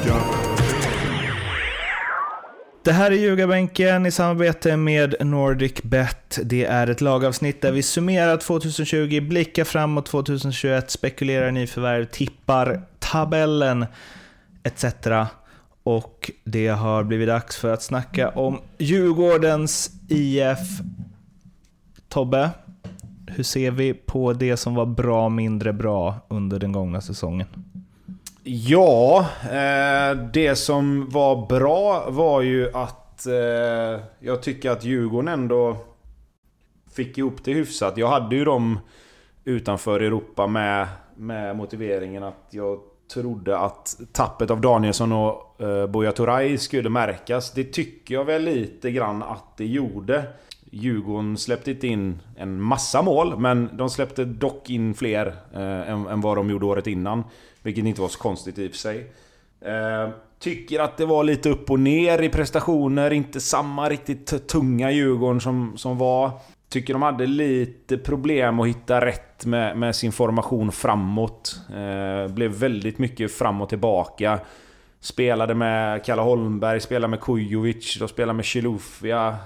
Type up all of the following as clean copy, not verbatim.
Det här är Ljugarbänken i samarbete med NordicBet. Det är ett lagavsnitt där vi summerar 2020, blickar framåt 2021, spekulerar nyförvärv, tippar tabellen etc. Och det har blivit dags för att snacka om Djurgårdens IF. Tobbe, hur ser vi på det som var bra, mindre bra under den gångna säsongen? Ja, det som var bra var ju att jag tycker att Djurgården ändå fick ihop det hyfsat. Jag hade ju dem utanför Europa med motiveringen att jag trodde att tappet av Danielsson och Buya Turay skulle märkas. Det tycker jag väl lite grann att det gjorde. Djurgården släppte inte in en massa mål, men de släppte dock in fler än vad de gjorde året innan, vilket inte var så konstigt i och för sig. Tycker att det var lite upp och ner i prestationer, inte samma riktigt tunga Djurgården som var. Tycker de hade lite problem att hitta rätt med sin formation framåt. Blev väldigt mycket fram och tillbaka. Spelade med Kalle Holmberg, spelade med Kujovic, de spelade med Chilufya.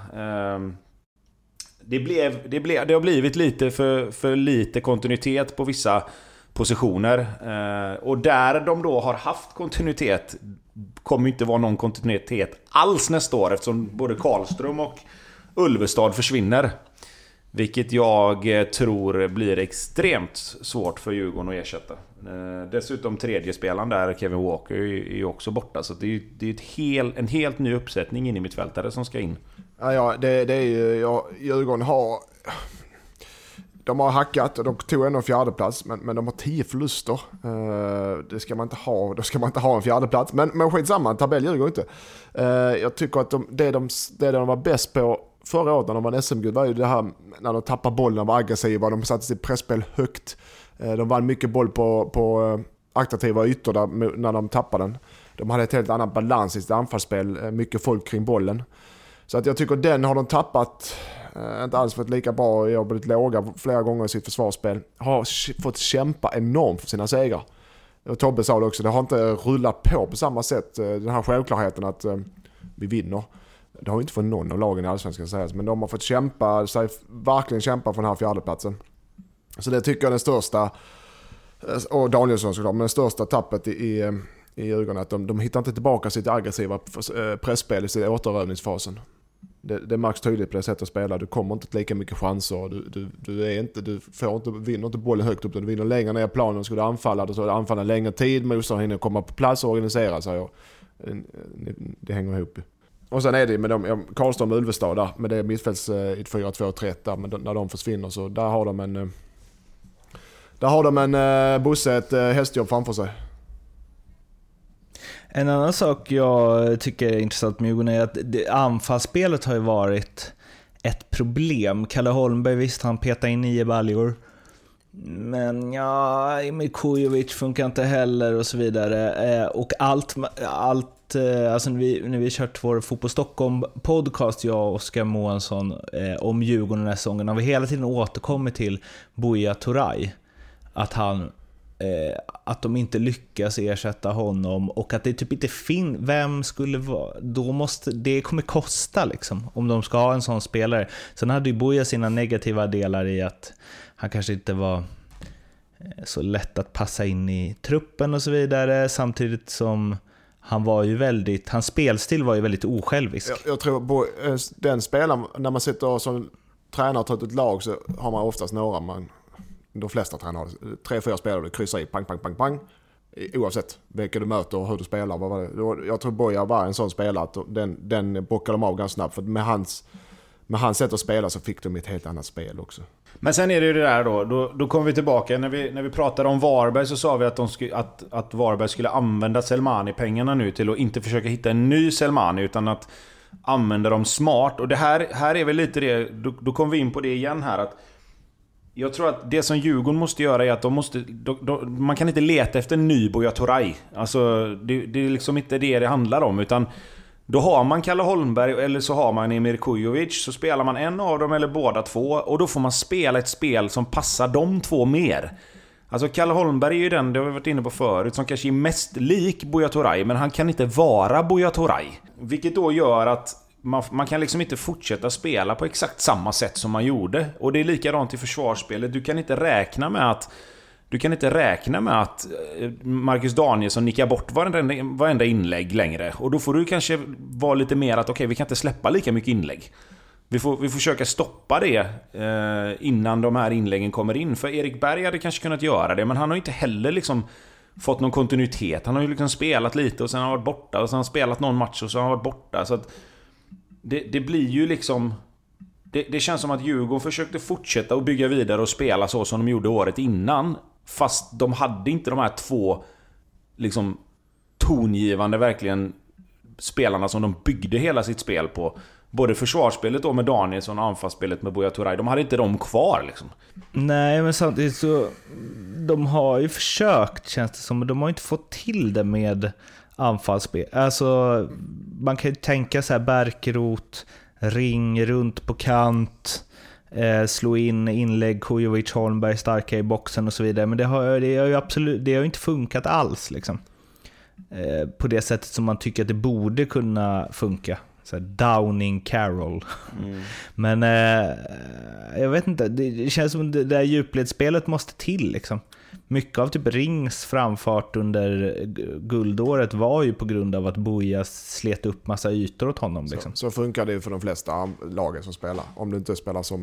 Det har blivit lite för lite kontinuitet på vissa positioner. Och där de då har haft kontinuitet kommer inte vara någon kontinuitet alls nästa år, eftersom både Karlström och Ulvestad försvinner. Vilket jag tror blir extremt svårt för Djurgården att ersätta. Dessutom tredje spelaren där, Kevin Walker, är ju också borta. Så det är en helt ny uppsättning in i mittfältare som ska in. Ja, det är ju... Djurgården har... De har hackat och de tog ändå en fjärdeplats, men de har 10 förluster. Det ska man inte ha. Då ska man inte ha en fjärdeplats. Men skitsamma, tabell Djurgården inte. Jag tycker att det de var bäst på förra året när de var SM-guld var ju det här när de tappade bollen, de var aggressiva, de satte sitt pressspel högt. De vann mycket boll på attraktiva ytor där, när de tappade den. De hade ett helt annat balans i sitt anfallsspel, mycket folk kring bollen. Så att jag tycker den har de tappat, inte alls varit lika bra, jag har blivit låga flera gånger i sitt försvarsspel. Har fått kämpa enormt för sina segrar. Och Tobbe sa det också, det har inte rullat på samma sätt, den här självklarheten att vi vinner. Det har inte för någon av lagen i Allsvenskan sägas, men de har fått verkligen kämpa för den här fjärdeplatsen. Så det tycker jag är den största, och Danielsson såklart, men den största tappet i Djurgården, att de hittar inte tillbaka sitt aggressiva pressspel i återövningsfasen. Det märks tydligt på det sättet att spela. Du kommer inte till lika mycket chanser. Du vinner inte bollen högt upp. Du vinner längre ner i planen. Skulle du anfalla, då så anfalla längre tid. Motståndaren hinner komma på plats och organisera sig. Det hänger ihop. Och sen är det med Karlström och Ulvestad där, med det mittfälts i 4-2-3 där, men när de försvinner så där har de en Bosse ett hästjobb framför sig. En annan sak jag tycker är intressant med Djurgården är att anfallsspelet har ju varit ett problem. Kalle Holmberg, visst, han petar in 9 baljor. Men ja, Emil Kujovic funkar inte heller och så vidare. Och allt alltså när vi kört vår Fotboll Stockholm podcast, jag och Oskar Månsson, om Djurgården den här säsongen, har vi hela tiden återkommit till Buya Turay. Att de inte lyckas ersätta honom, och att det typ inte vem skulle vara, då måste det kommer kosta liksom, om de ska ha en sån spelare. Sen hade ju Buya sina negativa delar i att han kanske inte var så lätt att passa in i truppen och så vidare, samtidigt som hans spelstil var ju väldigt osjälvisk. Jag tror den spelaren, när man sitter som tränare och tar ut ett lag, så har man oftast de flesta tränare 3-4 spelare, du kryssar i pang, pang, pang, pang, oavsett vilka du möter och hur du spelar. Vad var det? Jag tror Buya var en sån spelare att den bockade de av ganska snabbt, för med hans sätt att spela så fick de ett helt annat spel också. Men sen är det ju det där då kommer vi tillbaka. När vi pratade om Varberg så sa vi att Varberg skulle använda Selmani-pengarna nu till att inte försöka hitta en ny Selmani, utan att använda dem smart. Och det här är väl lite det, då kommer vi in på det igen här, att jag tror att det som Djurgården måste göra är att man kan inte leta efter en ny Buya Turay. Alltså det är liksom inte det handlar om, utan då har man Kalle Holmberg eller så har man Emir Kujovic, så spelar man en av dem eller båda två, och då får man spela ett spel som passar de två mer. Alltså Kalle Holmberg är ju den, det har vi varit inne på förut, som kanske är mest lik Buya Turay, men han kan inte vara Buya Turay. Vilket då gör att man kan liksom inte fortsätta spela på exakt samma sätt som man gjorde. Och det är likadant i försvarsspelet. Du kan inte räkna med att Marcus Danielsson nickar bort varenda inlägg längre. Och då får du kanske vara lite mer att okej, vi kan inte släppa lika mycket inlägg. Vi får försöka stoppa det innan de här inläggen kommer in. För Erik Berg hade kanske kunnat göra det, men han har inte heller liksom fått någon kontinuitet. Han har ju liksom spelat lite och sen har han varit borta. Och sen har han spelat någon match och så har han varit borta. Så att det blir ju liksom... Det känns som att Djurgården försökte fortsätta och bygga vidare och spela så som de gjorde året innan. Fast de hade inte de här två liksom tongivande verkligen spelarna som de byggde hela sitt spel på. Både försvarsspelet då med Danielsson och anfallsspelet med Buya Turay. De hade inte dem kvar liksom. Nej, men samtidigt så... De har ju försökt, känns det som. Men de har inte fått till det med anfallsspel. Alltså, man kan ju tänka så här Bärkerot, ring runt på kant, slå in inlägg, Kujovic, Holmberg starka i boxen och så vidare. Men det har ju absolut, det har ju inte funkat alls liksom. På det sättet som man tycker att det borde kunna funka. Så här Downing Carroll. Men jag vet inte, det känns som det där djupledsspelet måste till liksom. Mycket av typ Rings framfart under guldåret var ju på grund av att Buya slet upp massa ytor åt honom liksom. Så funkar det ju för de flesta lagen som spelar. Om du inte spelar som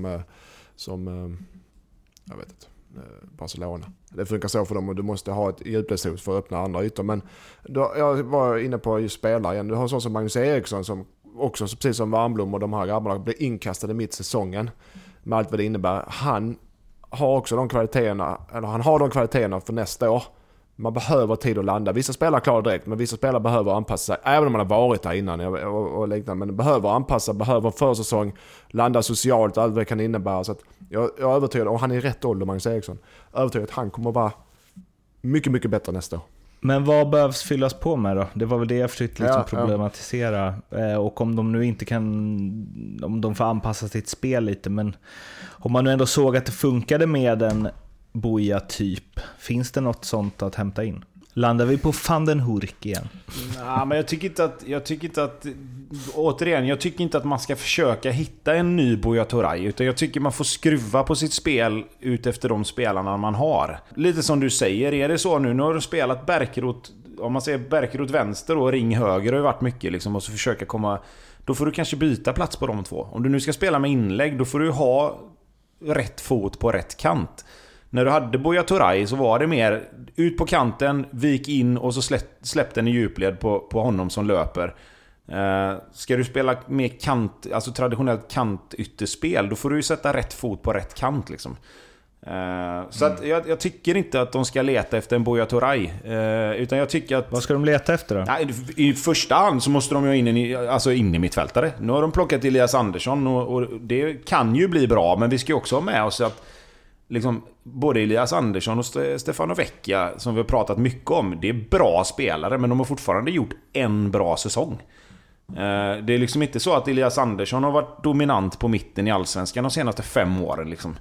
jag vet inte, Barcelona. Det funkar så för dem och du måste ha ett djupledshot för att öppna andra ytor. Men då, jag var inne på just spelare igen. Du har sån som Magnus Eriksson som också, precis som Warmblom och de här grabbarna, blir inkastade mitt säsongen med allt vad det innebär. Han har också de kvaliteterna, eller han har de kvaliteterna för nästa år. Man behöver tid att landa. Vissa spelare klarar direkt, men vissa spelare behöver anpassa sig. Även om man har varit där innan och liknande. Men behöver anpassa, behöver försäsong, landa socialt, allt vad det kan innebära. Så att jag är övertygad, och han är i rätt ålder, Magnus Eriksson. Övertygad att han kommer att vara mycket, mycket bättre nästa år. Men vad behövs fyllas på med då? Det var väl det jag försökte liksom problematisera. Och om de nu inte kan... Om de får anpassa sitt spel lite. Men om man nu ändå såg att det funkade med en Buya-typ. Finns det något sånt att hämta in? Landar vi på Van den Hurk igen? Nej, men jag tycker inte att återigen, jag tycker inte att man ska försöka hitta en ny Buya Turay, utan jag tycker man får skruva på sitt spel ut efter de spelarna man har. Lite som du säger, är det så nu har du spelat Bärkerot, om man säger Bärkerot vänster och ring höger har ju varit mycket liksom, och så försöka komma, då får du kanske byta plats på de två. Om du nu ska spela med inlägg, då får du ha rätt fot på rätt kant. När du hade Buya Turay så var det mer ut på kanten, vik in och så släppte en i djupled på honom som löper. Ska du spela med kant, alltså traditionellt kantytterspel, då får du ju sätta rätt fot på rätt kant liksom. Så att jag tycker inte att de ska leta efter en Buya Turay, utan jag tycker att... Vad ska de leta efter då? Nej, i första hand så måste de ju in i mittfältare. Nu har de plockat Elias Andersson och det kan ju bli bra, men vi ska ju också ha med oss att liksom, både Elias Andersson och Stefano Vecchia, som vi har pratat mycket om, det är bra spelare, men de har fortfarande gjort en bra säsong. Det är liksom inte så att Elias Andersson har varit dominant på mitten i Allsvenskan de senaste 5 åren liksom.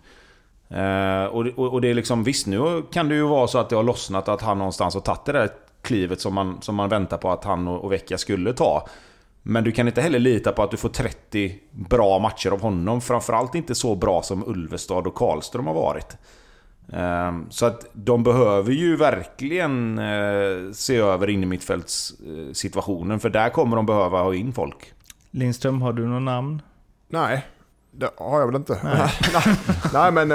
Och det är liksom, visst, nu kan det ju vara så att det har lossnat, att han någonstans har tagit det där klivet som man väntar på att han och Vecchia skulle ta. Men du kan inte heller lita på att du får 30 bra matcher av honom. Framförallt inte så bra som Ulvestad och Karlström har varit. Så att de behöver ju verkligen se över in i mittfältssituationen. För där kommer de behöva ha in folk. Lindström, har du någon namn? Nej, det har jag väl inte. Nej, men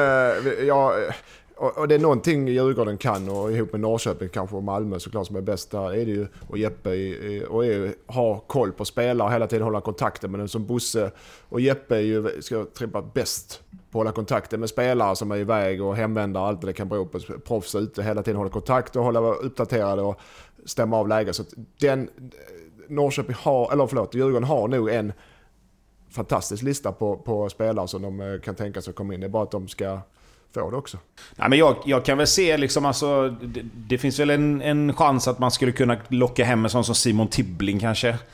och det är någonting Djurgården kan, och ihop med Norrköping kanske, och Malmö såklart som är bäst där, är det ju, och Jeppe har koll på spelare, hela tiden hålla kontakten med den, som Bosse och Jeppe är ju, ska trippa bäst på att hålla kontakten med spelare som är iväg och hemvändare, allt det kan bero på, proffs ute, hela tiden hålla kontakt och hålla uppdaterade och stämma av läge. Så att Djurgården har nog en fantastisk lista på spelare som de kan tänka sig att komma in. Det är bara att de ska få det också. Nej, men jag kan väl se liksom, alltså, det finns väl en chans att man skulle kunna locka hem en sån som Simon Tibbling kanske.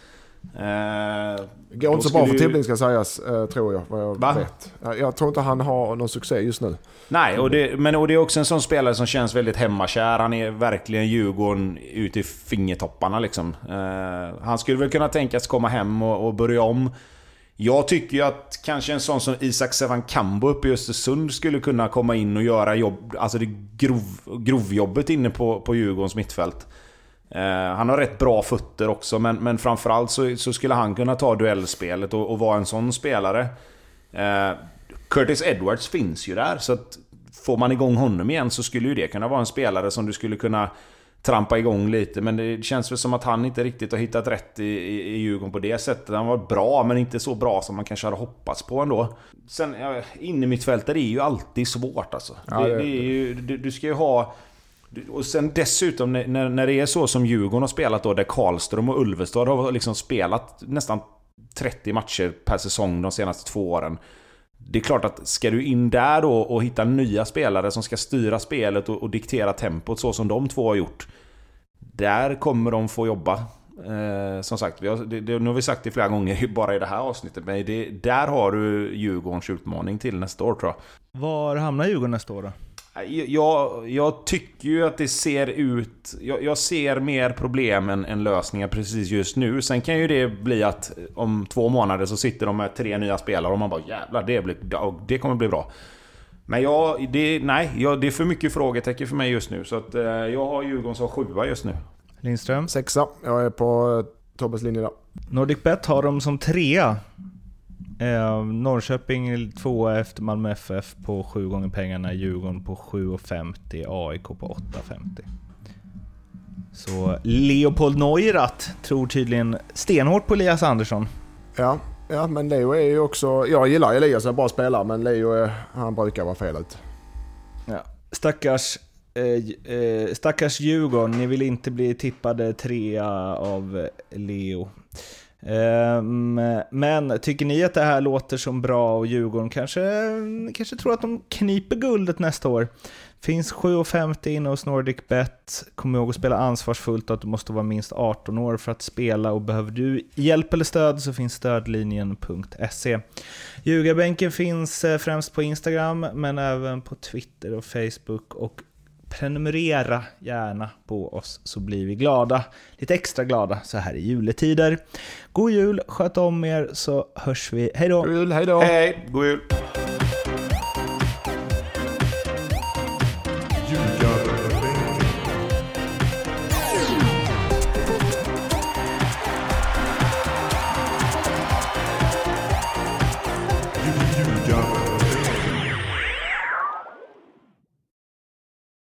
Går inte så bra för Tibbling ska sägas, tror jag, vad jag Va? vet. Jag tror inte han har någon succé just nu. Nej, och det är också en sån spelare som känns väldigt hemmakär. Han är verkligen Djurgården ut i fingertopparna liksom. Han skulle väl kunna tänkas komma hem och börja om. Jag tycker ju att kanske en sån som Isak Sevan-Kambo uppe i Östersund skulle kunna komma in och göra jobb, alltså det grovjobbet inne på Djurgårdens mittfält. Han har rätt bra fötter också, men framförallt så skulle han kunna ta duellspelet och vara en sån spelare. Curtis Edwards finns ju där, så att får man igång honom igen så skulle ju det kunna vara en spelare som du skulle kunna trampa igång lite. Men det känns väl som att han inte riktigt har hittat rätt i Djurgården på det sättet. Han var bra, men inte så bra som man kanske hade hoppats på ändå. Sen inne i mittfältet är ju alltid svårt alltså. Ja, det är ju, du ska ju ha... Och sen dessutom när det är så som Djurgården har spelat då, där Karlström och Ulvestad har liksom spelat nästan 30 matcher per säsong de senaste 2 åren. Det är klart att ska du in där då och hitta nya spelare som ska styra spelet och diktera tempot så som de 2 har gjort, där kommer de få jobba. Som sagt, nu har vi sagt det flera gånger bara i det här avsnittet, men där har du Djurgårdens utmaning till nästa år, tror jag. Var hamnar Djurgården nästa år då? Jag tycker ju att det ser ut... Jag ser mer problem än lösningar precis just nu. Sen kan ju det bli att om 2 månader så sitter de med 3 nya spelare och man bara jävlar, det kommer bli bra. Men det är för mycket frågetecken för mig just nu. Så att jag har Djurgården som 7 just nu. Lindström? 6. Jag är på Tobbes linje där. NordicBet har dem som 3. Norrköping 2 efter Malmö FF på 7 gånger pengarna, Djurgården på 7,50, AIK på 8,50. Så Leopold Neurath tror tydligen stenhårt på Elias Andersson. Ja, men Leo är ju också... Jag gillar Elias, jag bara spelar, men Leo han brukar vara fel ut. Ja. Stackars Djurgården, ni vill inte bli tippade 3 av Leo. Men tycker ni att det här låter som bra och Djurgården kanske tror att de kniper guldet nästa år? Finns 7,50 inne hos NordicBet. Kom ihåg att spela ansvarsfullt och att du måste vara minst 18 år för att spela, och behöver du hjälp eller stöd så finns stödlinjen.se. Ljugarbänken finns främst på Instagram men även på Twitter och Facebook, och prenumerera gärna på oss så blir vi glada, lite extra glada så här i juletider. God jul, sköt om er så hörs vi. Hej då! God jul, hej då! Hej, god jul!